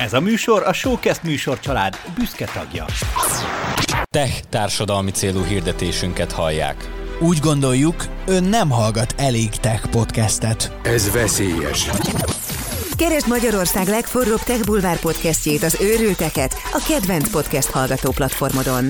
Ez a műsor a Showcast műsorcsalád büszke tagja. Tech társadalmi célú hirdetésünket hallják. Úgy gondoljuk, ön nem hallgat elég tech podcastet. Ez veszélyes. Keresd Magyarország legforróbb Tech Bulvár podcastjét, az Őrülteket, a kedvenc podcast hallgató platformodon.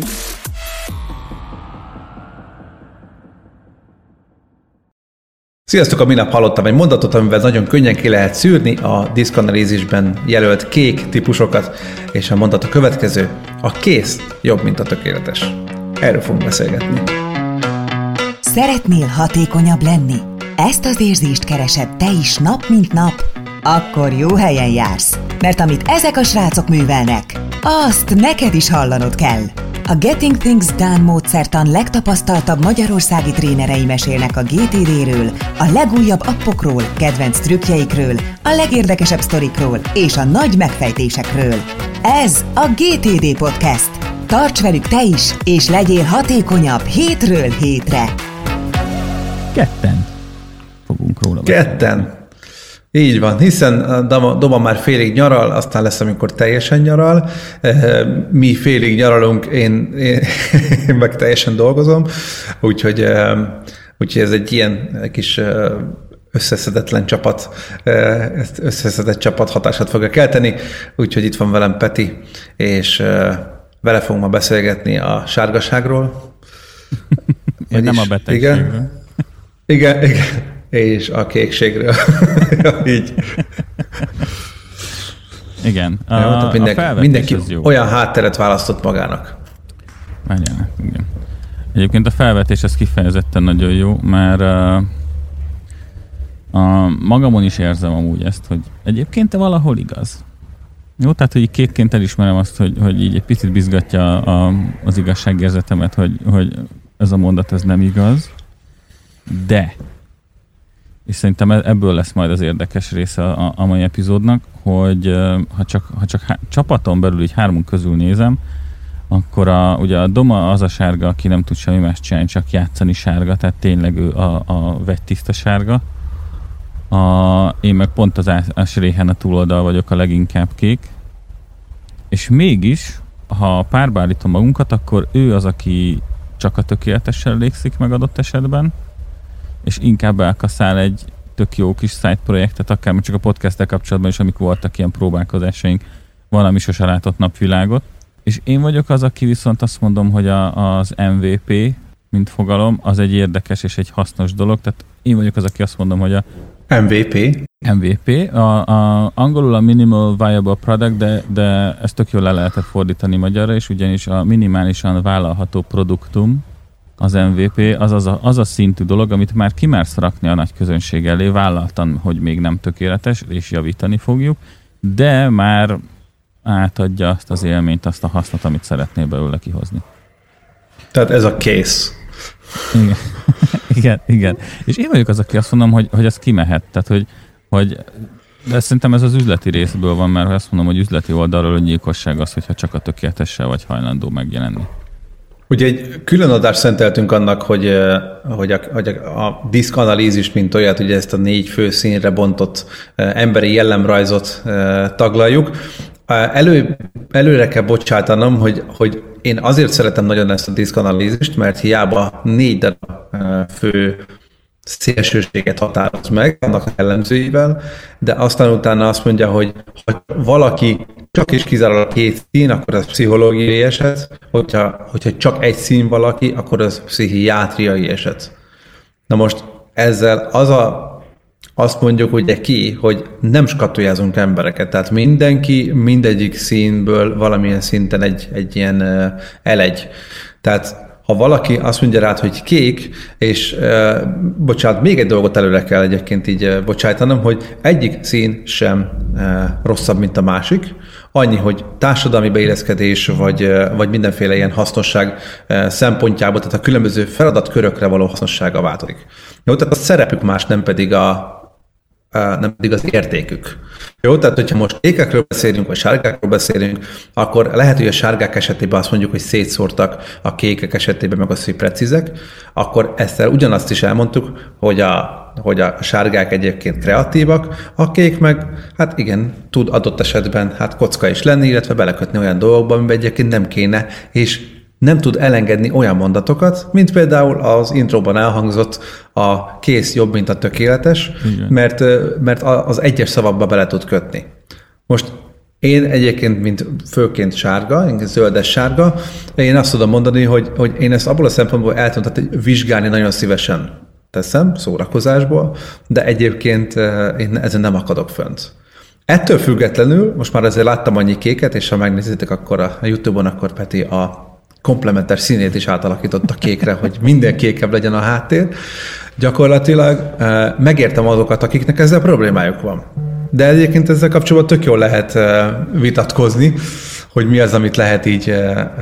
Sziasztok! A minap hallottam egy mondatot, amivel nagyon könnyen ki lehet szűrni a diszkanalízisben jelölt kék típusokat, és a mondat a következő: a kész jobb, mint a tökéletes. Erről fogunk beszélgetni. Szeretnél hatékonyabb lenni? Ezt az érzést keresed te is nap mint nap? Akkor jó helyen jársz, mert amit ezek a srácok művelnek, azt neked is hallanod kell. A Getting Things Done módszertan legtapasztaltabb magyarországi trénerei mesélnek a GTD-ről, a legújabb appokról, kedvenc trükkjeikről, a legérdekesebb sztorikról és a nagy megfejtésekről. Ez a GTD Podcast. Tarts velük te is, és legyél hatékonyabb hétről hétre. Ketten fogunk róla beszélni. Ketten. Így van, hiszen Doma már félig nyaral, aztán lesz, amikor teljesen nyaral. Mi félig nyaralunk, én meg teljesen dolgozom, úgyhogy ez egy ilyen kis összeszedetlen csapat, összeszedett csapat hatását fogja kelteni, úgyhogy itt van velem Peti, és vele fogunk ma beszélgetni a sárgaságról. Nem a betegségről. Igen. És a kékségről. Így. Igen. Mindenki olyan hátteret választott magának. Várjál, igen. Egyébként a felvetés ez kifejezetten nagyon jó, mert magamon is érzem amúgy ezt, hogy egyébként te valahol igaz. Jó, tehát, hogy kékként elismerem azt, hogy így egy picit bizgatja az igazságérzetemet, hogy ez a mondat ez nem igaz, de és szerintem ebből lesz majd az érdekes része a mai epizódnak, hogy ha csak csapaton belül így hármunk közül nézem, akkor ugye a Doma az a sárga, aki nem tud semmi más csinálni, csak játszani sárga, tehát tényleg ő a vegytiszta sárga. Én meg pont az ásréhen a túloldal vagyok, a leginkább kék. És mégis, ha párba állítom magunkat, akkor ő az, aki csak a tökéletesen légszik meg adott esetben, és inkább elkaszál egy tök jó kis side projektet, akár csak a podcasttel kapcsolatban is, amikor voltak ilyen próbálkozásaink, valami sose látott napvilágot. És én vagyok az, aki viszont azt mondom, hogy az MVP, mint fogalom, az egy érdekes és egy hasznos dolog. Tehát én vagyok az, aki azt mondom, hogy a MVP. Angolul a Minimal Viable Product, de ezt tök jól le lehetett fordítani magyarra, és ugyanis a minimálisan vállalható produktum, az MVP az a szintű dolog, amit már kimersz rakni a nagy közönség elé, vállaltan, hogy még nem tökéletes, és javítani fogjuk, de már átadja azt az élményt, azt a hasznot, amit szeretnél belőle kihozni. Tehát ez a kész. Igen. És én vagyok az, aki azt mondom, hogy ez kimehet. Tehát, hogy de szerintem ez az üzleti részből van, mert azt mondom, hogy üzleti oldalról a gyilkosság az, hogyha csak a tökéletessel vagy hajlandó megjelenni. Ugye egy külön adást szenteltünk annak, hogy a diszkanalízis, mint olyat, ugye ezt a 4 fő színre bontott emberi jellemrajzot taglaljuk. Előre kell bocsátanom, hogy én azért szeretem nagyon ezt a diszkanalízist, mert hiába 4 darab fő szélsőséget határoz meg annak a jellemzőivel, de aztán utána azt mondja, hogy ha valaki csak és kizárólag 2 szín, akkor az pszichológiai eset, hogyha csak egy szín valaki, akkor az pszichiátriai eset. Na most ezzel azt mondjuk ugye hogy nem skatuljázunk embereket, tehát mindenki mindegyik színből valamilyen szinten egy ilyen elegy. Tehát ha valaki azt mondja rád, hogy kék, és bocsánat, még egy dolgot előre kell egyébként így bocsájtanom, hogy egyik szín sem rosszabb, mint a másik. Annyi, hogy társadalmi beilleszkedés, vagy mindenféle ilyen hasznosság szempontjából, tehát a különböző feladatkörökre való hasznossága változik. Jó, tehát a szerepük más, nem pedig nem pedig az értékük. Jó, tehát hogyha most kékekről beszélünk, vagy sárgákról beszélünk, akkor lehet, hogy a sárgák esetében azt mondjuk, hogy szétszórtak, a kékek esetében meg az, hogy precízek, akkor ezzel ugyanazt is elmondtuk, hogy a sárgák egyébként kreatívak, a kék meg, hát igen, tud adott esetben kocka is lenni, illetve belekötni olyan dolgokba, amiben egyébként nem kéne, és nem tud elengedni olyan mondatokat, mint például az intróban elhangzott a kész jobb, mint a tökéletes, mert az egyes szavakba bele tud kötni. Most én egyébként, mint főként sárga, zöldes sárga, én azt tudom mondani, hogy én ezt abból a szempontból el tudom vizsgálni nagyon szívesen teszem, szórakozásból, de egyébként én ezen nem akadok fönt. Ettől függetlenül, most már azért láttam annyi kéket, és ha megnézitek akkor a YouTube-on, akkor Peti a komplementer színét is átalakította kékre, hogy minden kékebb legyen a háttér. Gyakorlatilag megértem azokat, akiknek ezzel problémájuk van. De egyébként ezzel kapcsolatban tök jól lehet vitatkozni, hogy mi az, amit lehet így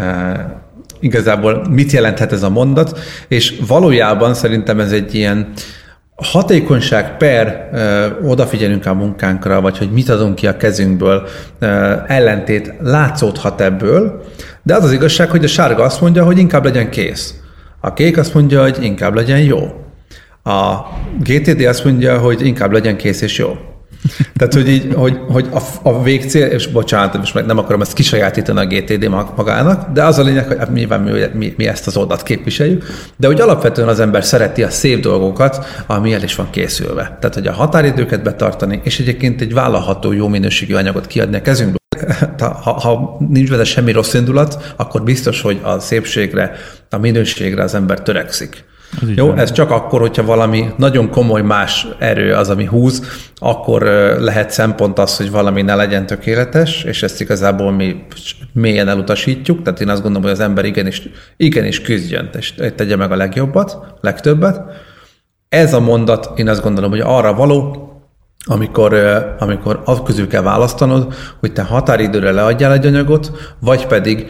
igazából mit jelenthet ez a mondat, és valójában szerintem ez egy ilyen hatékonyság per odafigyelünk a munkánkra, vagy hogy mit adunk ki a kezünkből, ellentét látszódhat ebből, de az az igazság, hogy a sárga azt mondja, hogy inkább legyen kész. A kék azt mondja, hogy inkább legyen jó. A GTD azt mondja, hogy inkább legyen kész és jó. Tehát, hogy a végcél, és bocsánat, most nem akarom ezt kisajátítani a GTD magának, de az a lényeg, hogy nyilván mi ezt az oldalt képviseljük, de hogy alapvetően az ember szereti a szép dolgokat, ami el is van készülve. Tehát, hogy a határidőket betartani, és egyébként egy vállalható, jó minőségű anyagot kiadni a kezünkből. Ha nincs vele semmi rossz indulat, akkor biztos, hogy a szépségre, a minőségre az ember törekszik. Jó, ez csak akkor, hogyha valami nagyon komoly más erő az, ami húz, akkor lehet szempont az, hogy valami ne legyen tökéletes, és ezt igazából mi mélyen elutasítjuk, tehát én azt gondolom, hogy az ember igenis küzdjön, és tegye meg a legjobbat, legtöbbet. Ez a mondat, én azt gondolom, hogy arra való, amikor az közül kell választanod, hogy te határidőre leadjál egy anyagot, vagy pedig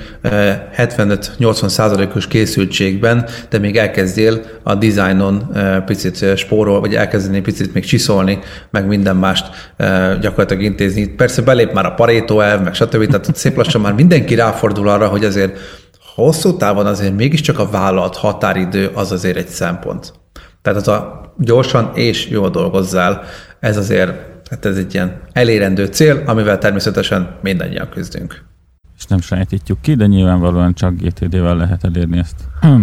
75-80%-os készültségben te még elkezdjél a dizájnon picit spórol, vagy elkezdeni picit még csiszolni, meg minden mást gyakorlatilag intézni. Persze belép már a Pareto elv, meg stb. Tehát szép lassan már mindenki ráfordul arra, hogy azért hosszú távon azért mégiscsak a vállalt határidő az azért egy szempont. Tehát az a gyorsan és jól dolgozzál, ez azért, hát ez egy ilyen elérendő cél, amivel természetesen mindannyian küzdünk. És nem sajátítjuk ki, de nyilvánvalóan csak GTD-vel lehet elérni ezt.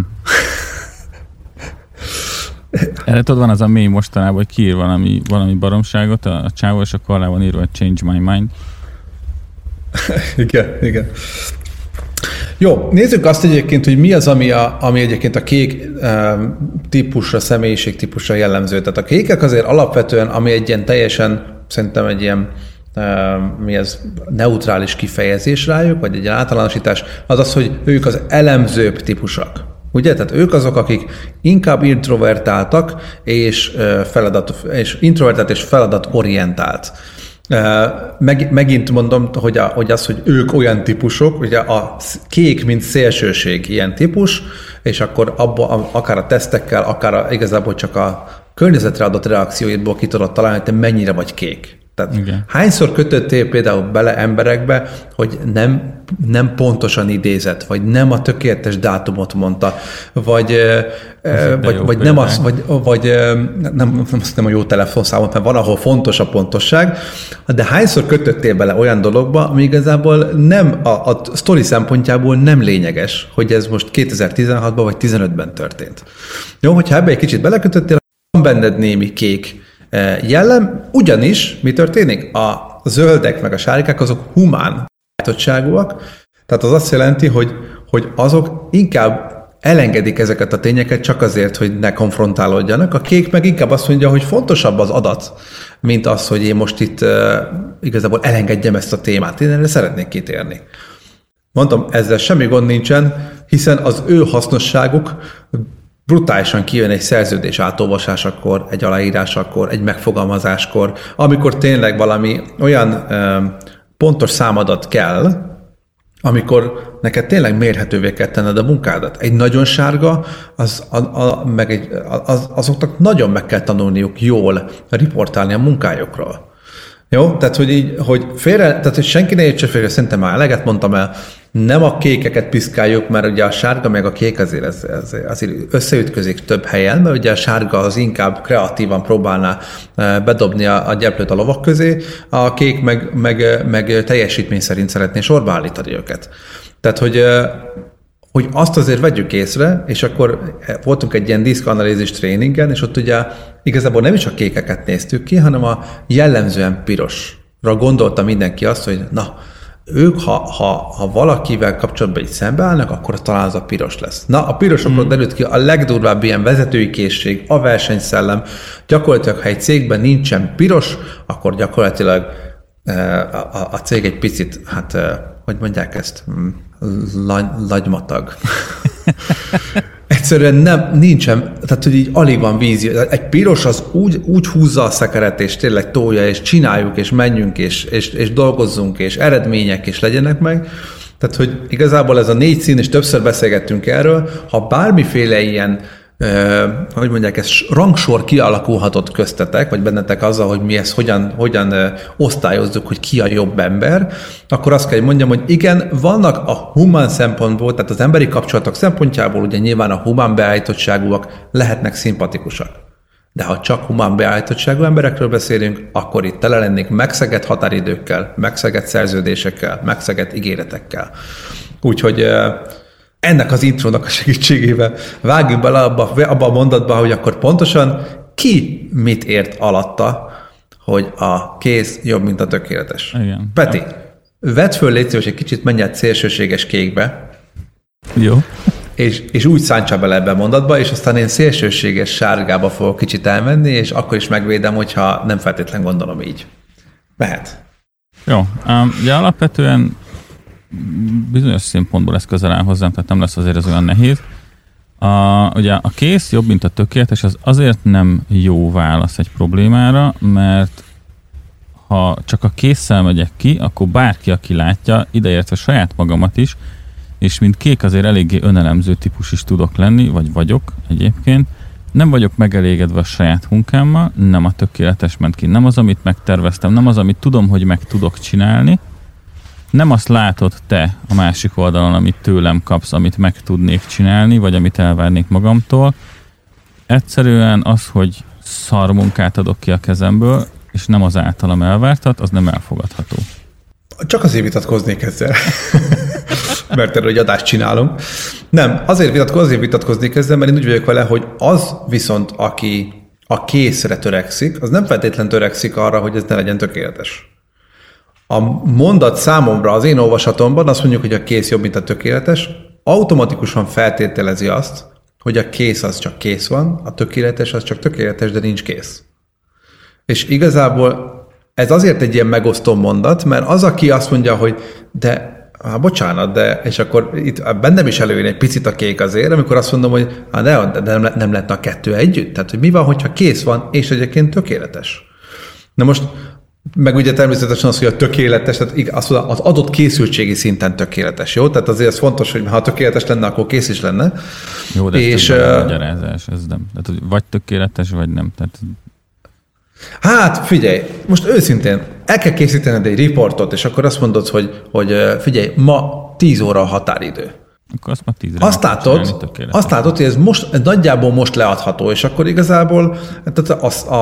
Erre tudod, van az a mély mostanában, hogy kiír valami baromságot, a csávó, és akkor alá van írva, hogy change my mind. Igen. Jó, nézzük azt egyébként, hogy mi az, ami egyébként a kék típusra, személyiség típusra jellemző. Tehát a kékek azért alapvetően, ami egy ilyen teljesen, szerintem egy ilyen neutrális kifejezés rájuk, vagy egy ilyen általánosítás, az az, hogy ők az elemzőbb típusok. Ugye? Tehát ők azok, akik inkább introvertáltak, és introvertált és feladatorientált. Megint mondom, hogy hogy ők olyan típusok, ugye a kék, mint szélsőség ilyen típus, és akkor abban akár a tesztekkel, akár igazából csak a környezetre adott reakcióidból ki tudod találni, hogy te mennyire vagy kék. Tehát igen. Hányszor kötöttél például bele emberekbe, hogy nem pontosan idézett, vagy nem a tökéletes dátumot mondta, vagy nem a jó telefonszámot, mert van, ahol fontos a pontosság, de hányszor kötöttél bele olyan dologba, ami igazából nem a sztori szempontjából nem lényeges, hogy ez most 2016-ban vagy 2015-ben történt. Jó, hogyha ebbe egy kicsit belekötöttél, van benned némi kék jellem, ugyanis mi történik? A zöldek meg a sárgák azok humán állítottságúak, tehát az azt jelenti, hogy azok inkább elengedik ezeket a tényeket csak azért, hogy ne konfrontálódjanak. A kék meg inkább azt mondja, hogy fontosabb az adat, mint az, hogy én most itt igazából elengedjem ezt a témát. Én erre szeretnék kitérni. Mondom, ezzel semmi gond nincsen, hiszen az ő hasznosságuk brutálisan kijön egy szerződés átolvasásakor, egy aláírásakor, egy megfogalmazáskor, amikor tényleg valami olyan pontos számadat kell, amikor neked tényleg mérhetővé kell tenned a munkádat. Egy nagyon sárga, azoknak nagyon meg kell tanulniuk jól riportálni a munkájukról. Jó? Tehát, hogy senki ne értse félre, szerintem már eleget mondtam el, nem a kékeket piszkáljuk, mert ugye a sárga meg a kék azért összeütközik több helyen, mert ugye a sárga az inkább kreatívan próbálná bedobni a gyeplőt a lovak közé, a kék meg teljesítmény szerint szeretné sorba állítani őket. Tehát, hogy azt azért vegyük észre, és akkor voltunk egy ilyen diszkanalízis tréningen, és ott ugye igazából nem is a kékeket néztük ki, hanem a jellemzően pirosra gondolta mindenki azt, hogy na, ők, ha valakivel kapcsolatban így szembeállnak, akkor talán az a piros lesz. Na, a pirosokról derült ki a legdurvább ilyen vezetői készség, a versenyszellem. Gyakorlatilag, ha egy cégben nincsen piros, akkor gyakorlatilag a cég egy picit, hogy mondják ezt, lagymatag. Egyszerűen nincsen, tehát hogy így alig van vízió. Egy piros az úgy húzza a szekeret, és tényleg tolja, és csináljuk, és menjünk, és dolgozzunk, és eredmények, és legyenek meg. Tehát, hogy igazából ez a 4 szín, és többször beszélgettünk erről, ha bármiféle ilyen, hogy mondják, ez rangsor kialakulhatott köztetek, vagy bennetek azzal, hogy mi ezt hogyan osztályozzuk, hogy ki a jobb ember, akkor azt kell, hogy mondjam, hogy igen, vannak a humán szempontból, tehát az emberi kapcsolatok szempontjából ugye nyilván a humán beállítottságúak lehetnek szimpatikusak. De ha csak humán beállítottságú emberekről beszélünk, akkor itt tele lennénk megszegett határidőkkel, megszegett szerződésekkel, megszegett ígéretekkel. Úgyhogy ennek az intrónak a segítségével vágjunk bele abba a mondatba, hogy akkor pontosan ki mit ért alatta, hogy a kész jobb, mint a tökéletes. Igen. Peti, vedd föl, légy szíves, egy kicsit menj át szélsőséges kékbe. Jó. És úgy szántsál bele ebbe a mondatba, és aztán én szélsőséges sárgába fogok kicsit elmenni, és akkor is megvédem, hogyha nem feltétlen gondolom így. Mehet. Jó. Ugye alapvetően bizonyos szempontból ez közel áll hozzám, tehát nem lesz azért ez olyan nehéz. Ugye a kész jobb, mint a tökéletes, az azért nem jó válasz egy problémára, mert ha csak a késszel megyek ki, akkor bárki, aki látja, ideértve saját magamat is, és mint kék azért eléggé önelemző típus is tudok lenni, vagy vagyok egyébként, nem vagyok megelégedve a saját munkámmal, nem a tökéletes ment ki, nem az, amit megterveztem, nem az, amit tudom, hogy meg tudok csinálni, nem azt látod te a másik oldalon, amit tőlem kapsz, amit meg tudnék csinálni, vagy amit elvárnék magamtól. Egyszerűen az, hogy szar munkát adok ki a kezemből, és nem az általam elvártat, az nem elfogadható. Csak azért vitatkoznék ezzel. Mert erről egy adást csinálunk. Nem, azért vitatkoznék ezzel, mert én úgy vagyok vele, hogy az viszont, aki a készre törekszik, az nem feltétlen törekszik arra, hogy ez ne legyen tökéletes. A mondat számomra az én olvasatomban azt mondjuk, hogy a kész jobb, mint a tökéletes, automatikusan feltételezi azt, hogy a kész az csak kész van, a tökéletes az csak tökéletes, de nincs kész. És igazából ez azért egy ilyen megosztó mondat, mert az, aki azt mondja, hogy bocsánat, és akkor itt bennem is előjön egy picit a kék azért, amikor azt mondom, hogy de nem lehetne a kettő együtt. Tehát, hogy mi van, hogyha kész van, és egyébként tökéletes. Na most, meg ugye természetesen az, hogy a tökéletes, tehát az adott készültségi szinten tökéletes, jó? Tehát azért ez fontos, hogy ha tökéletes lenne, akkor kész is lenne. Jó, de ez a magyarázás, ez nem. Tehát, vagy tökéletes, vagy nem. Tehát... Hát, figyelj, most őszintén, el kell készítened egy riportot, és akkor azt mondod, hogy figyelj, ma 10 óra a határidő. Akkor azt ma 10-re azt látod, hogy ez nagyjából most leadható, és akkor igazából tehát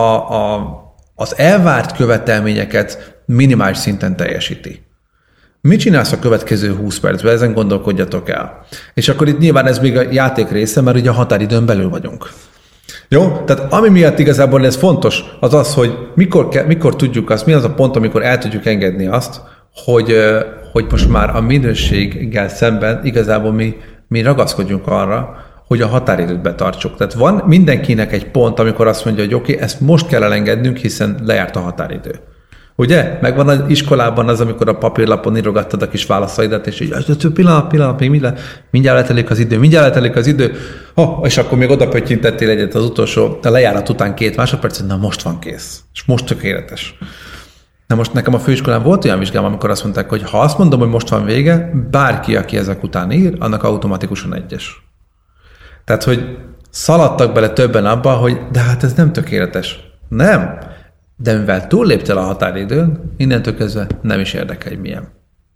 az elvárt követelményeket minimális szinten teljesíti. Mit csinálsz a következő 20 percben? Ezen gondolkodjatok el. És akkor itt nyilván ez még a játék része, mert ugye a határidőn belül vagyunk. Jó? Tehát ami miatt igazából ez fontos, az az, hogy mikor tudjuk azt, mi az a pont, amikor el tudjuk engedni azt, hogy most már a minőséggel szemben igazából mi ragaszkodjunk arra, hogy a határidőt betartsuk. Tehát van mindenkinek egy pont, amikor azt mondja, hogy oké, ezt most kell elengednünk, hiszen lejárt a határidő. Ugye? Megvan az iskolában az, amikor a papírlapon írogattad a kis válaszaidat, és így, pillanat, még mindjárt letelik az idő, és akkor még oda pöttyintettél egyet az utolsó, a lejárat után 2 másodperc, na most van kész, és most tökéletes. Na most nekem a főiskolán volt olyan vizsgám, amikor azt mondták, hogy ha azt mondom, hogy most van vége, bárki, aki ezek után ír, annak automatikusan 1-es. Tehát, hogy szaladtak bele többen abba, hogy de hát ez nem tökéletes. Nem. De mivel túlléptél a határidőn, innentől kezdve nem is érdekel, hogy milyen.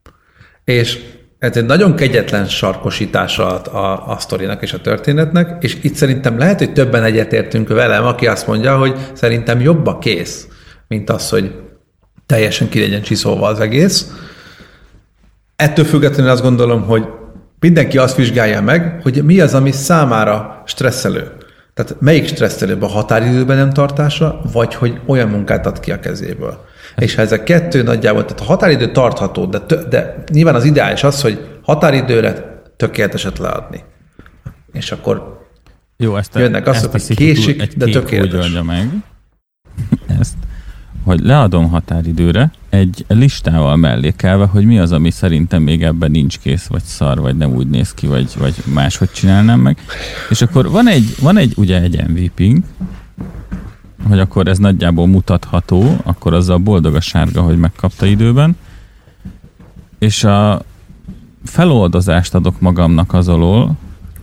És ez egy nagyon kegyetlen sarkosítása a sztorinak és a történetnek, és itt szerintem lehet, hogy többen egyetértünk velem, aki azt mondja, hogy szerintem jobb a kész, mint az, hogy teljesen ki legyen csiszolva az egész. Ettől függetlenül azt gondolom, hogy mindenki azt vizsgálja meg, hogy mi az, ami számára stresszelő. Tehát melyik stresszelőbb, a határidőben nem tartása, vagy hogy olyan munkát ad ki a kezéből. És ha ezek kettő nagyjából, tehát a határidő tartható, de nyilván az ideális az, hogy határidőre tökéleteset leadni. És akkor jó, jönnek azt, hogy késik, de tökéletes. Úgy oldja meg ezt, hogy leadom határidőre egy listával mellékelve, hogy mi az, ami szerintem még ebben nincs kész, vagy szar, vagy nem úgy néz ki, vagy máshogy csinálnám meg. És akkor van egy ugye egy MVP-nk, hogy akkor ez nagyjából mutatható, akkor azzal boldog a sárga, hogy megkapta időben, és a feloldozást adok magamnak az alól,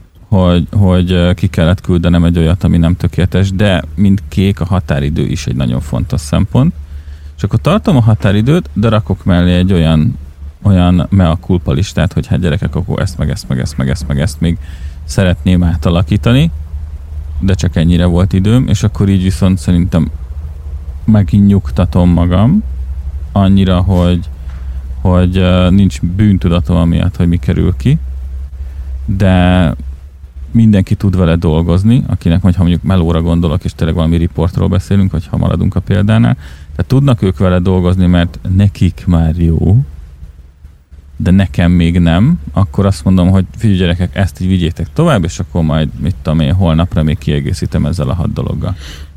hogy ki kellett küldenem egy olyat, ami nem tökéletes, de mint kék a határidő is egy nagyon fontos szempont. És akkor tartom a határidőt, de rakok mellé egy olyan mea culpa listát, hogy hát gyerekek, akkor ezt még szeretném átalakítani, de csak ennyire volt időm, és akkor így viszont szerintem megint nyugtatom magam annyira, hogy nincs bűntudatom amiatt, hogy mi kerül ki, de mindenki tud vele dolgozni, akinek, ha mondjuk melóra gondolok, és tényleg valami riportról beszélünk, vagy ha maradunk a példánál, tehát tudnak ők vele dolgozni, mert nekik már jó, de nekem még nem, akkor azt mondom, hogy figyelj gyerekek, ezt így vigyétek tovább, és akkor majd, mit tudom én, holnapra még kiegészítem ezzel a 6 dologgal.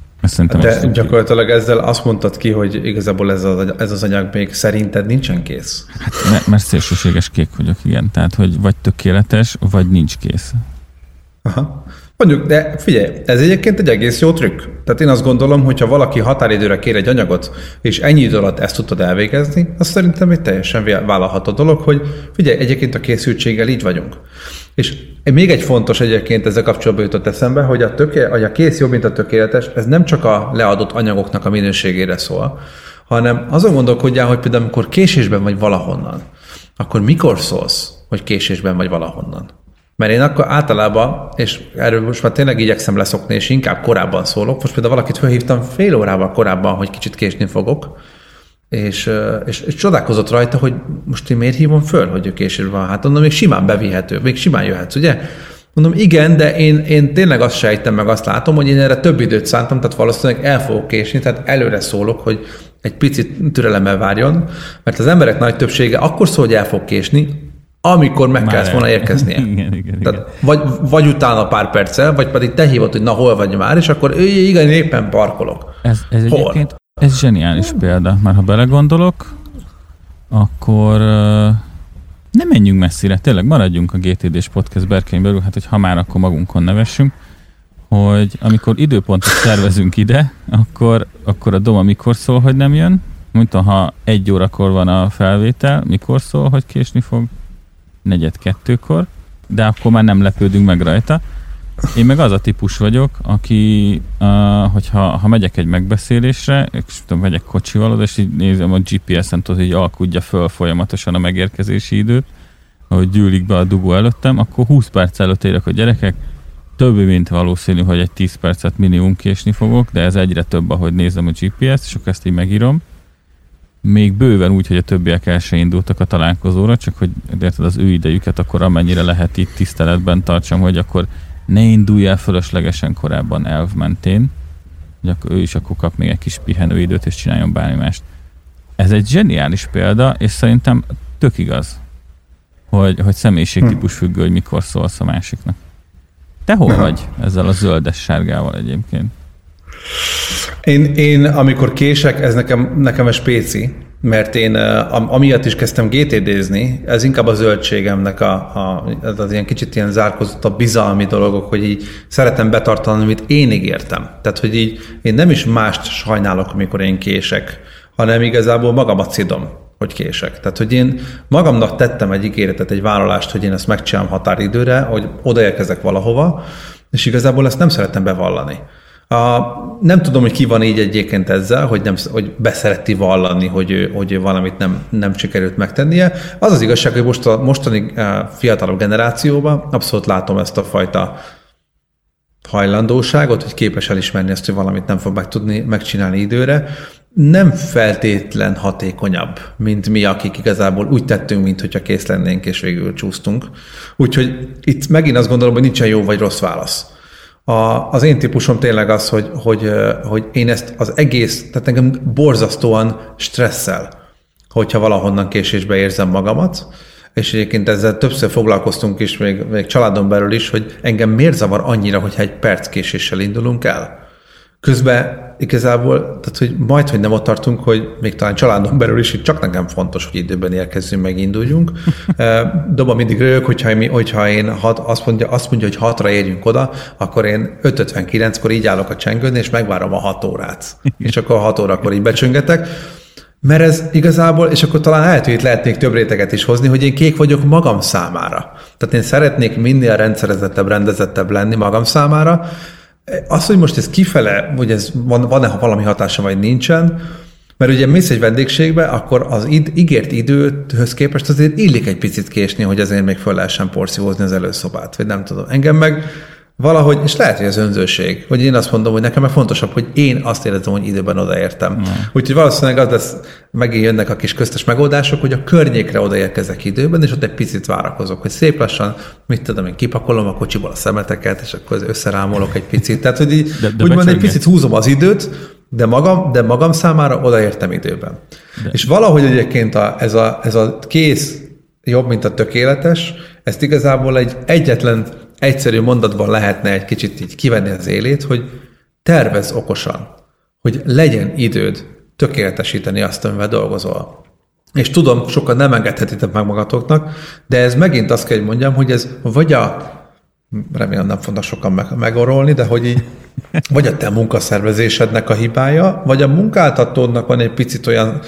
De gyakorlatilag ezzel azt mondtad ki, hogy igazából ez az anyag még szerinted nincsen kész? Hát, mert szélsőséges kék vagyok, igen. Tehát, hogy vagy tökéletes, vagy nincs kész. Aha. Mondjuk, de figyelj, ez egyébként egy egész jó trükk. Tehát én azt gondolom, hogyha valaki határidőre kér egy anyagot, és ennyi idő alatt ezt tudod elvégezni, az szerintem egy teljesen vállalható dolog, hogy figyelj, egyébként a készültséggel így vagyunk. És még egy fontos egyébként ezzel kapcsolatban jutott eszembe, hogy a kész jobb, mint a tökéletes, ez nem csak a leadott anyagoknak a minőségére szól, hanem azon gondolkodjál, hogy például amikor késésben vagy valahonnan, akkor mikor szólsz, hogy késésben vagy valahonnan? Mert én akkor általában, és erről most már tényleg igyekszem leszokni, és inkább korábban szólok. Most például valakit felhívtam fél órával korábban, hogy kicsit késni fogok, és csodálkozott rajta, hogy most én miért hívom föl, hogy ő később van. Hát mondom, még simán bevihető, még simán jöhetsz, ugye? Mondom, igen, de én tényleg azt sejtem, meg azt látom, hogy én erre több időt szántam, tehát valószínűleg el fogok késni, tehát előre szólok, hogy egy picit türelemmel várjon, mert az emberek nagy többsége akkor szól, hogy el fog késni, amikor meg kellett volna érkeznie. Igen. Tehát vagy utána pár perccel, vagy pedig te hívod, hogy na hol vagy már, és akkor igen, éppen parkolok. Ez egyébként ez zseniális példa, mert ha belegondolok, akkor nem menjünk messzire, tényleg maradjunk a GTD-s podcast berkein belül, hát hogy ha már, akkor magunkon nevessünk, hogy amikor időpontot szervezünk ide, akkor a Doma mikor szól, hogy nem jön, mondtam, ha 1 órakor van a felvétel, mikor szól, hogy késni fog, 1:45-kor, de akkor már nem lepődünk meg rajta. Én meg az a típus vagyok, aki, hogyha megyek egy megbeszélésre, és tudom, megyek kocsival oda, és így nézem a GPS-en, tudod, hogy alkudja föl folyamatosan a megérkezési időt, ahogy gyűlik be a dugó előttem, akkor 20 perc előtt érek a gyerekek, több, mint valószínű, hogy egy 10 percet minimum késni fogok, de ez egyre több, ahogy nézem a GPS-t, és akkor ezt így megírom. Még bőven úgy, hogy a többiek el se indultak a találkozóra, csak hogy érted az ő idejüket, akkor amennyire lehet itt tiszteletben tartsam, hogy akkor ne indulj el fölöslegesen korábban elv mentén, hogy akkor ő is akkor kap még egy kis pihenőidőt, és csináljon bármi mást. Ez egy zseniális példa, és szerintem tök igaz, hogy személyiségtípus függő, hogy mikor szólsz a másiknak. Te hol vagy ezzel a zöldes-sárgával egyébként? Én amikor kések, ez nekem egy spéci, mert én amiatt is kezdtem GTD-zni, ez inkább a zöldségemnek az ilyen kicsit ilyen zárkózott bizalmi dolgok, hogy így szeretem betartani, amit én ígértem. Tehát, hogy így én nem is mást sajnálok, amikor én kések, hanem igazából magamat szidom, hogy kések. Tehát, hogy én magamnak tettem egy ígéretet, egy vállalást, hogy én ezt megcsinálom határidőre, hogy odaérkezek valahova, és igazából ezt nem szeretem bevallani. Nem tudom, hogy ki van így egyébként ezzel, hogy beszereti vallani, hogy valamit nem sikerült megtennie. Az az igazság, hogy mostani fiatalabb generációban abszolút látom ezt a fajta hajlandóságot, hogy képes elismerni ezt, hogy valamit nem fog tudni megcsinálni időre. Nem feltétlen hatékonyabb, mint mi, akik igazából úgy tettünk, mintha kész lennénk, és végül csúsztunk. Úgyhogy itt megint azt gondolom, hogy nincsen jó vagy rossz válasz. Az én típusom tényleg az, hogy én ezt az egész, tehát engem borzasztóan stresszel, hogyha valahonnan késésbe érzem magamat, és egyébként ezzel többször foglalkoztunk is, még családon belül is, hogy engem miért zavar annyira, hogyha egy perc késéssel indulunk el. Közben igazából, tehát hogy majdhogy nem ott tartunk, hogy még talán családon belül is, hogy csak nekem fontos, hogy időben érkezzünk, meg induljunk. Doba mindig röhög, hogyha én azt mondja, hogy 6-ra érjünk oda, akkor én 5:59-kor így állok a csengőn, és megvárom a 6 órát. És akkor 6 órakor így becsöngetek. Mert ez igazából, és akkor talán lehet, hogy itt lehetnék több réteget is hozni, hogy én kék vagyok magam számára. Tehát én szeretnék minél rendszerezettebb, rendezettebb lenni magam számára. Az, hogy most ez kifele, hogy ez van-e valami hatása, vagy nincsen, mert ugye mész egy vendégségbe, akkor az ígért időhöz képest azért illik egy picit késni, hogy azért még föl lehessen porszívózni az előszobát, vagy nem tudom. Engem meg valahogy, és lehet, hogy az önzőség, hogy én azt mondom, hogy nekem meg fontosabb, hogy én azt érzem, hogy időben odaértem. Úgyhogy valószínűleg az lesz, megint jönnek a kis köztes megoldások, hogy a környékre odaérkezek időben, és ott egy picit várakozok, hogy szép lassan, mit tudom, én kipakolom a kocsiból a szemeteket, és akkor összerámolok egy picit. Tehát, hogy így, úgymond egy picit húzom az időt, de magam számára odaértem időben. És valahogy egyébként ez a kész jobb, mint a tökéletes, ezt igazából egyetlen egyszerű mondatban lehetne egy kicsit így kivenni az élét, hogy tervezz okosan, hogy legyen időd tökéletesíteni azt, amivel dolgozol. És tudom, sokan nem engedhetitek meg magatoknak, de ez megint azt kell, hogy mondjam, hogy ez vagy remélem nem fognak sokan megorolni, de hogy így, vagy a te munkaszervezésednek a hibája, vagy a munkáltatódnak van egy picit olyan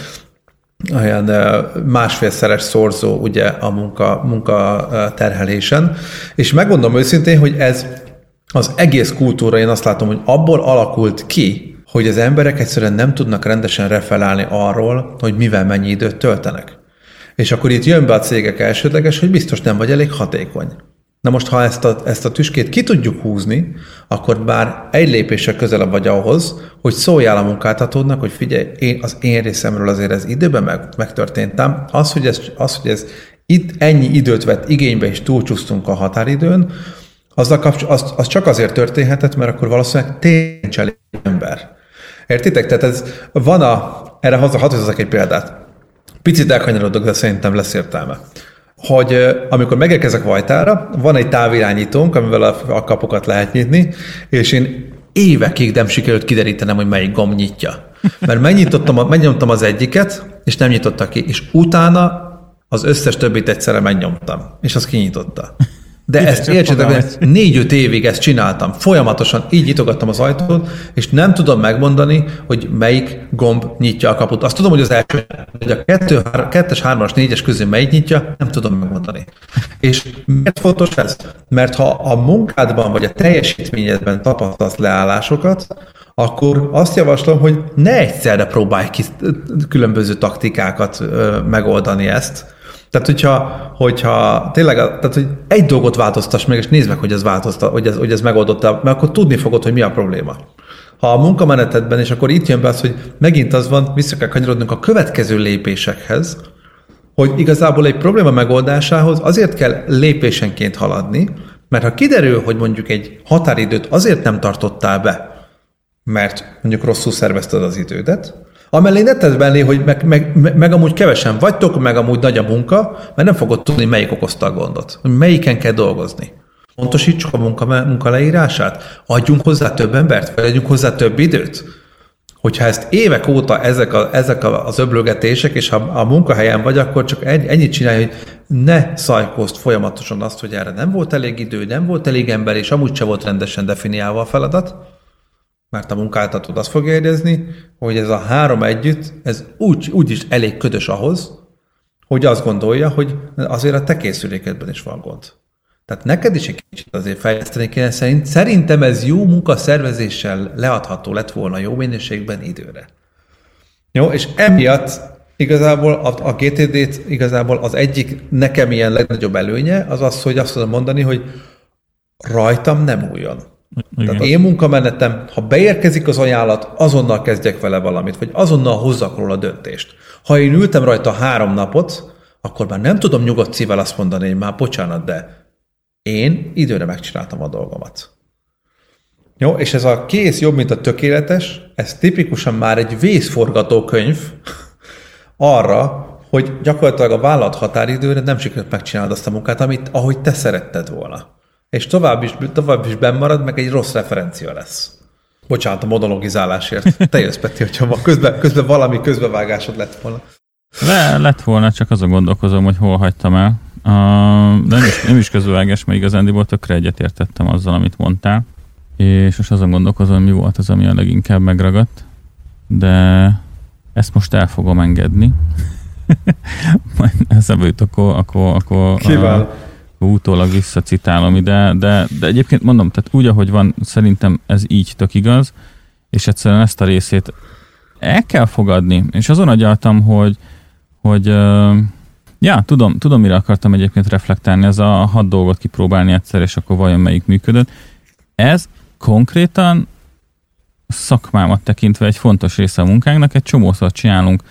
másfélszeres szorzó ugye a munka terhelésen, és megmondom őszintén, hogy ez az egész kultúra, én azt látom, hogy abból alakult ki, hogy az emberek egyszerűen nem tudnak rendesen referálni arról, hogy mivel mennyi időt töltenek. És akkor itt jön be a cégek elsődleges, hogy biztos nem vagy elég hatékony. Na most, ha ezt a tüskét ki tudjuk húzni, akkor bár egy lépéssel közelebb vagy ahhoz, hogy szóljál a munkáltatódnak, hogy figyelj, az én részemről azért ez időben megtörténtem. Az, hogy ez itt ennyi időt vett igénybe, és túlcsúsztunk a határidőn, az csak azért történhetett, mert akkor valószínűleg tényleg elég ember. Értitek? Tehát ez van erre hadd hozzak egy példát. Picit elkanyarodok, de szerintem lesz értelme. Hogy amikor megérkezek Vajtára, van egy távirányítónk, amivel a kapukat lehet nyitni, és én évekig nem sikerült kiderítenem, hogy melyik gomb nyitja. Mert megnyomtam az egyiket, és nem nyitotta ki, és utána az összes többit egyszerre megnyomtam, és az kinyitotta. De ezt értsétek, hogy 4-5 évig ezt csináltam. Folyamatosan így nyitogattam az ajtót, és nem tudom megmondani, hogy melyik gomb nyitja a kaput. Azt tudom, hogy az első, hogy a 2-es, 3-as, 4-es közül melyik nyitja, nem tudom megmondani. És miért fontos ez? Mert ha a munkádban vagy a teljesítményedben tapasztalsz leállásokat, akkor azt javaslom, hogy ne egyszerre próbálj ki különböző taktikákat megoldani ezt. Tehát, hogyha tényleg, tehát, hogy egy dolgot változtass meg, és nézd meg, hogy ez változtat, hogy ez megoldotta, mert akkor tudni fogod, hogy mi a probléma. Ha a munkamenetedben, és akkor itt jön be az, hogy megint az van, vissza kell kanyarodnunk a következő lépésekhez, hogy igazából egy probléma megoldásához azért kell lépésenként haladni, mert ha kiderül, hogy mondjuk egy határidőt azért nem tartottál be, mert mondjuk rosszul szervezted az idődet, amellé ne tedd belé, hogy meg amúgy kevesen vagytok, meg amúgy nagy a munka, mert nem fogod tudni, melyik okozta a gondot, hogy melyiken kell dolgozni. Pontosítsuk a munka leírását, adjunk hozzá több embert, vagy adjunk hozzá több időt. Hogyha ezt évek óta ezek az öblögetések, és ha a munkahelyen vagy, akkor csak ennyit csinálj, hogy ne szajkozd folyamatosan azt, hogy erre nem volt elég idő, nem volt elég ember, és amúgy se volt rendesen definiálva a feladat, mert a munkáltatód azt fogja érzni, hogy ez a 3 együtt, ez úgy is elég ködös ahhoz, hogy azt gondolja, hogy azért a te készülékedben is van gond. Tehát neked is egy kicsit azért fejleszteni kéne szerintem ez jó munkaszervezéssel leadható lett volna jó minőségben időre. Jó, és emiatt igazából a GTD-t igazából az egyik nekem ilyen legnagyobb előnye az az, hogy azt tudom mondani, hogy rajtam nem újjon. Tehát én munkamenetem, ha beérkezik az ajánlat, azonnal kezdjek vele valamit, vagy azonnal hozzak róla döntést. Ha én ültem rajta 3 napot, akkor már nem tudom nyugodt szívvel azt mondani, hogy már bocsánat, de én időre megcsináltam a dolgomat. Jó, és ez a kész jobb, mint a tökéletes, ez tipikusan már egy vészforgatókönyv arra, hogy gyakorlatilag a vállalat határidőre nem sikerült megcsinálod azt a munkát, ahogy te szeretted volna. És tovább is benn marad, meg egy rossz referencia lesz. Bocsánat a monologizálásért. Te jössz, Peti, hogyha közben valami közbevágásod lett volna. Lett volna, csak azon gondolkozom, hogy hol hagytam el. De nem is közbevágás, mert igazándiból tökre egyetértettem azzal, amit mondtál. És most azon gondolkozom, hogy mi volt az, ami a leginkább megragadt. De ezt most el fogom engedni. Majd eszembe jut, akkor utólag visszacitálom ide, de egyébként mondom, tehát úgy, ahogy van, szerintem ez így tök igaz, és egyszerűen ezt a részét el kell fogadni. És azon agyaltam, hogy tudom, mire akartam egyébként reflektálni, ez a 6 dolgot kipróbálni egyszer, és akkor vajon melyik működött. Ez konkrétan szakmámat tekintve egy fontos része a munkánknak, egy csomószor csinálunk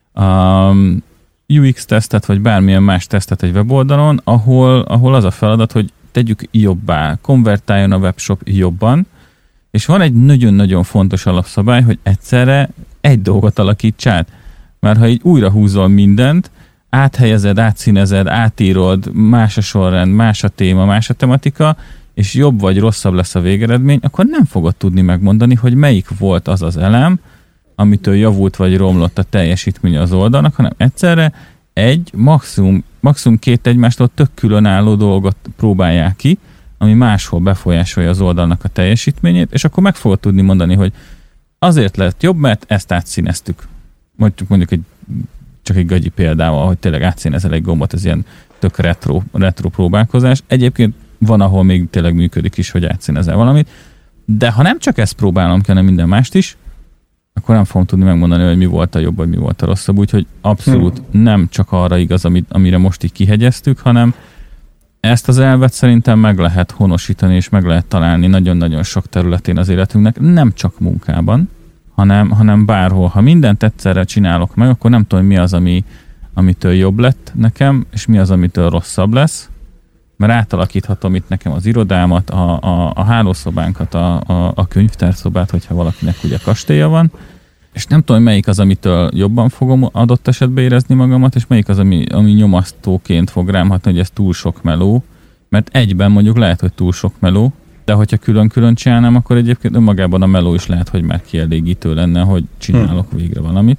UX-tesztet, vagy bármilyen más tesztet egy weboldalon, ahol az a feladat, hogy tegyük jobbá, konvertáljon a webshop jobban, és van egy nagyon-nagyon fontos alapszabály, hogy egyszerre egy dolgot alakíts át. Mert ha így újra húzol mindent, áthelyezed, átszínezed, átírod, más a sorrend, más a téma, más a tematika, és jobb vagy rosszabb lesz a végeredmény, akkor nem fogod tudni megmondani, hogy melyik volt az az elem, amitől javult vagy romlott a teljesítmény az oldalnak, hanem egyszerre maximum 2 egymástól tök különálló dolgot próbálják ki, ami máshol befolyásolja az oldalnak a teljesítményét, és akkor meg fogod tudni mondani, hogy azért lett jobb, mert ezt átszíneztük. Mondjuk csak egy gagyi példával, hogy tényleg átszínezel egy gombot, ez ilyen tök retro próbálkozás. Egyébként van, ahol még tényleg működik is, hogy átszínezel valamit, de ha nem csak ezt próbálom ki, hanem minden mást is, akkor nem fogom tudni megmondani, hogy mi volt a jobb, vagy mi volt a rosszabb. Úgyhogy abszolút nem csak arra igaz, amire most így kihegyeztük, hanem ezt az elvet szerintem meg lehet honosítani, és meg lehet találni nagyon-nagyon sok területén az életünknek, nem csak munkában, hanem bárhol. Ha mindent egyszerre csinálok meg, akkor nem tudom, mi az, amitől jobb lett nekem, és mi az, amitől rosszabb lesz, mert átalakíthatom itt nekem az irodámat, a hálószobánkat, a könyvtárszobát, hogyha valakinek ugye kastélya van, és nem tudom, melyik az, amitől jobban fogom adott esetben érezni magamat, és melyik az, ami nyomasztóként fog rám hatni, hogy ez túl sok meló, mert egyben mondjuk lehet, hogy túl sok meló, de hogyha külön-külön csinálnám, akkor egyébként önmagában a meló is lehet, hogy már kielégítő lenne, hogy csinálok végre valamit.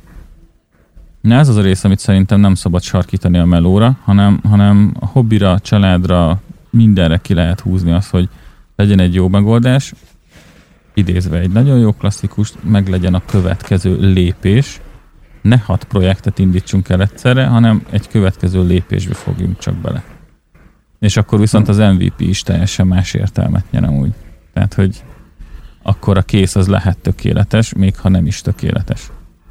Na ez az a rész, amit szerintem nem szabad sarkítani a melóra, hanem a hobbira, családra, mindenre ki lehet húzni azt, hogy legyen egy jó megoldás, idézve egy nagyon jó klasszikus, meg legyen a következő lépés. Ne 6 projektet indítsunk el egyszerre, hanem egy következő lépésbe fogjunk csak bele. És akkor viszont az MVP is teljesen más értelmet nyer amúgy. Tehát, hogy akkor a kész az lehet tökéletes, még ha nem is tökéletes.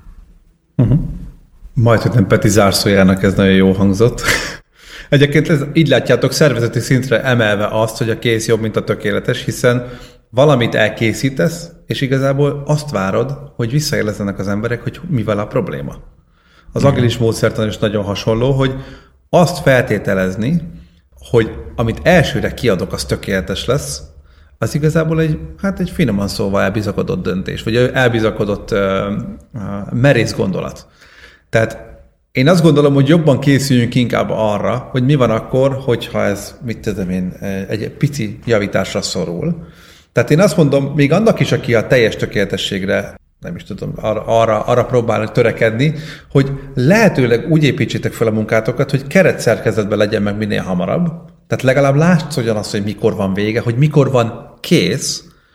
Majd, hogy nem Peti zárszójának ez nagyon jó hangzott. Egyébként így látjátok szervezeti szintre emelve azt, hogy a kész jobb, mint a tökéletes, hiszen valamit elkészítesz, és igazából azt várod, hogy visszajelezzenek az emberek, hogy mivel a probléma. Az agilis módszertan is nagyon hasonló, hogy azt feltételezni, hogy amit elsőre kiadok, az tökéletes lesz, az igazából egy finoman szóval elbizakodott döntés, vagy elbizakodott merész gondolat. Tehát én azt gondolom, hogy jobban készüljünk inkább arra, hogy mi van akkor, hogyha ez, egy pici javításra szorul. Tehát én azt mondom, még annak is, aki a teljes tökéletességre, nem is tudom, arra próbálnak törekedni, hogy lehetőleg úgy építsétek fel a munkátokat, hogy keretszerkezetben legyen meg minél hamarabb. Tehát legalább látszódjon az, hogy mikor van vége, hogy mikor van kész,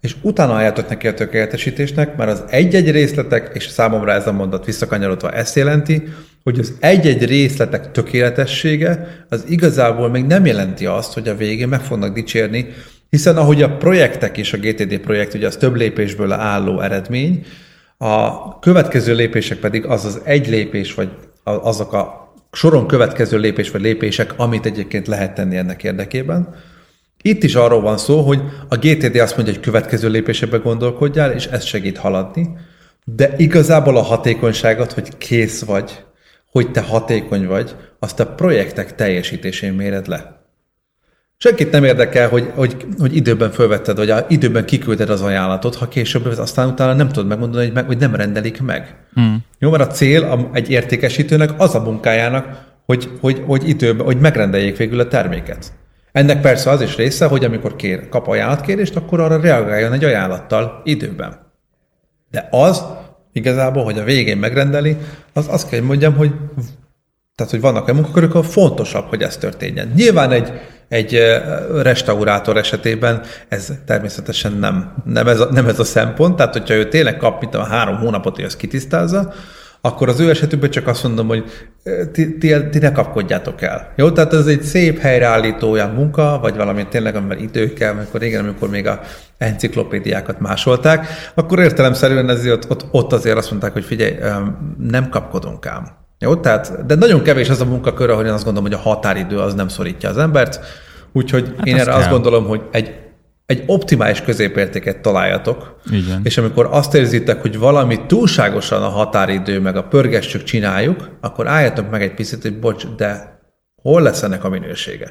és utána álljatok neki a tökéletesítésnek, mert az egy-egy részletek, és számomra ez a mondat visszakanyarodva ezt jelenti, hogy az egy-egy részletek tökéletessége az igazából még nem jelenti azt, hogy a végén meg fognak dicsérni, hiszen ahogy a projektek és a GTD projekt, ugye az több lépésből álló eredmény, a következő lépések pedig az egy lépés, vagy azok a soron következő lépés vagy lépések, amit egyébként lehet tenni ennek érdekében. Itt is arról van szó, hogy a GTD azt mondja, hogy következő lépésekbe gondolkodjál, és ez segít haladni, de igazából a hatékonyságot, hogy kész vagy, hogy te hatékony vagy, azt a projektek teljesítésén méred le. Senkit nem érdekel, hogy időben fölvetted, vagy időben kiküldted az ajánlatot, ha később, aztán utána nem tudod megmondani, hogy nem rendelik meg. Jó, mert a cél egy értékesítőnek az a munkájának, hogy időben, hogy megrendeljék végül a terméket. Ennek persze az is része, hogy amikor kap ajánlatkérést, akkor arra reagáljon egy ajánlattal időben. De az igazából, hogy a végén megrendeli, az azt kell, hogy mondjam, hogy vannak olyan munkakörök, ahol fontosabb, hogy ez történjen. Nyilván egy restaurátor esetében ez természetesen nem ez a szempont, tehát hogyha ő tényleg kap, mint a 3 hónapot, hogy ezt kitisztázza, akkor az ő esetükben csak azt mondom, hogy ti ne kapkodjátok el. Jó, tehát ez egy szép helyreállító olyan munka, vagy valami tényleg, amivel idő kell, amikor még a enciklopédiákat másolták, akkor értelemszerűen ezért ott azért azt mondták, hogy figyelj, nem kapkodunk ám. Jó, tehát, de nagyon kevés az a munkakör, ahol én azt gondolom, hogy a határidő az nem szorítja az embert, úgyhogy én erre azt gondolom, hogy egy optimális középértéket találjatok, igen. És amikor azt érzitek, hogy valami túlságosan a határidő, meg a pörgessük csináljuk, akkor álljatok meg egy picit, hogy bocs, de hol lesz ennek a minősége?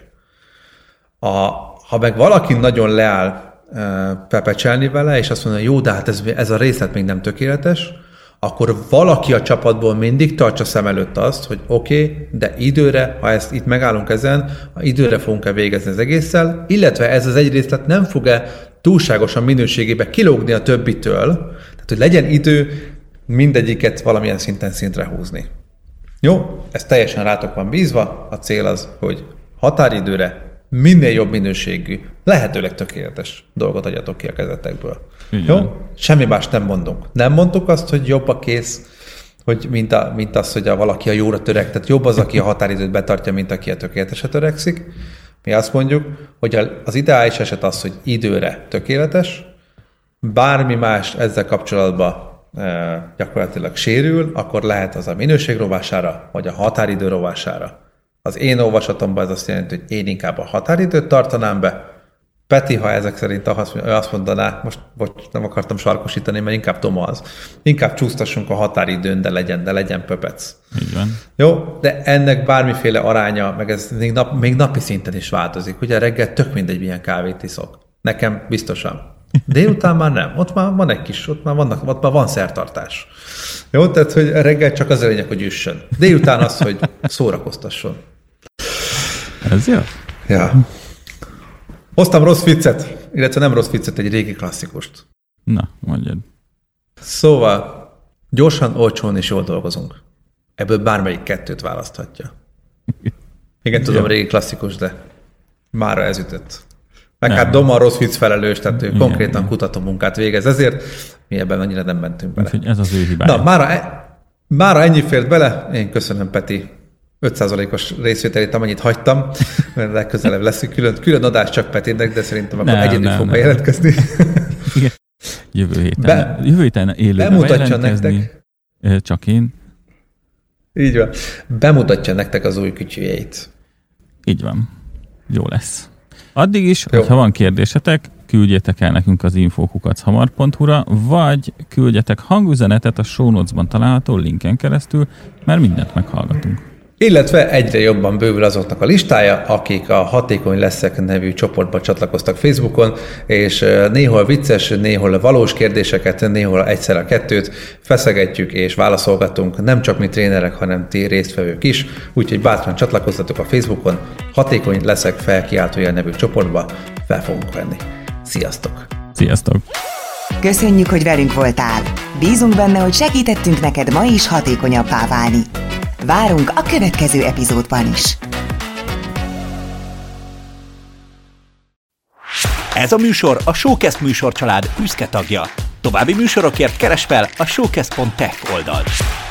Ha meg valaki nagyon leáll pepecselni vele, és azt mondja, jó, de hát ez a részlet még nem tökéletes, akkor valaki a csapatból mindig tartsa szem előtt azt, hogy oké, de időre, ha ezt itt megállunk ezen, időre fogunk-e végezni az egésszel, illetve ez az egy részlet nem fog-e túlságosan minőségébe kilógni a többitől, tehát hogy legyen idő mindegyiket valamilyen szintre húzni. Jó, ez teljesen rátok van bízva, a cél az, hogy határidőre minél jobb minőségű, lehetőleg tökéletes dolgot adjatok ki a kezetekből. Jó? Semmi más nem mondunk. Nem mondtuk azt, hogy jobb a kész, hogy mint az, hogy valaki a jóra törek. Tehát jobb az, aki a határidőt betartja, mint aki a tökéletesre törekszik. Mi azt mondjuk, hogy az ideális eset az, hogy időre tökéletes, bármi más ezzel kapcsolatban gyakorlatilag sérül, akkor lehet az a minőség rovására, vagy a határidő rovására. Az én olvasatomban ez azt jelenti, hogy én inkább a határidőt tartanám be. Peti, ha ezek szerint azt mondaná, most nem akartam sarkosítani, mert inkább Toma az. Inkább csúsztassunk a határidőn, de legyen pöpec. Így van. Jó, de ennek bármiféle aránya, meg ez még napi szinten is változik. Ugye reggel tök mindegy, milyen kávét iszok. Nekem biztosan. Délután már nem. Ott már van egy kis, ott már van szertartás. Jó, tehát hogy reggel csak az a lényeg, hogy üssön. Délután az, hogy szórakoztasson. Ez jó? Ja. Hoztam rossz viccet, illetve nem rossz viccet, egy régi klasszikust. Na, mondjad. Szóval gyorsan, olcsón és jól dolgozunk. Ebből bármelyik kettőt választhatja. Igen, tudom, régi klasszikus, de mára ez ütött. Meg hát Doma a rossz vicc felelős, tehát ő konkrétan kutató munkát végez, ezért mi ebben annyira nem mentünk bele. Úgyhogy ez az ő hibája. Na, mára ennyi fért bele, én köszönöm Peti 5%-os részvételét, amennyit hagytam, mert legközelebb lesz külön adás csak Petinek, de szerintem akkor egyedül fog bejelentkezni. Jövő héten élőben bejelentkezni. Csak én. Így van. Bemutatja nektek az új kütyüjeit. Így van. Jó lesz. Addig is, hogyha van kérdésetek, küldjetek el nekünk az info@hamar.hu-ra, vagy küldjetek hangüzenetet a show notes-ban található linken keresztül, mert mindent meghallgatunk. Illetve egyre jobban bővül azoknak a listája, akik a Hatékony Leszek nevű csoportba csatlakoztak Facebookon, és néhol vicces, néhol valós kérdéseket, néhol egyszer a kettőt feszegetjük és válaszolgatunk, nem csak mi trénerek, hanem ti résztvevők is, úgyhogy bátran csatlakozzatok a Facebookon, Hatékony Leszek felkiáltójel nevű csoportba, fel fogunk venni. Sziasztok! Sziasztok! Köszönjük, hogy velünk voltál! Bízunk benne, hogy segítettünk neked ma is hatékonyabbá válni. Várunk a következő epizódban is! Ez a műsor a Showcast műsorcsalád büszke tagja. További műsorokért keresd fel a showcast.tech oldalt.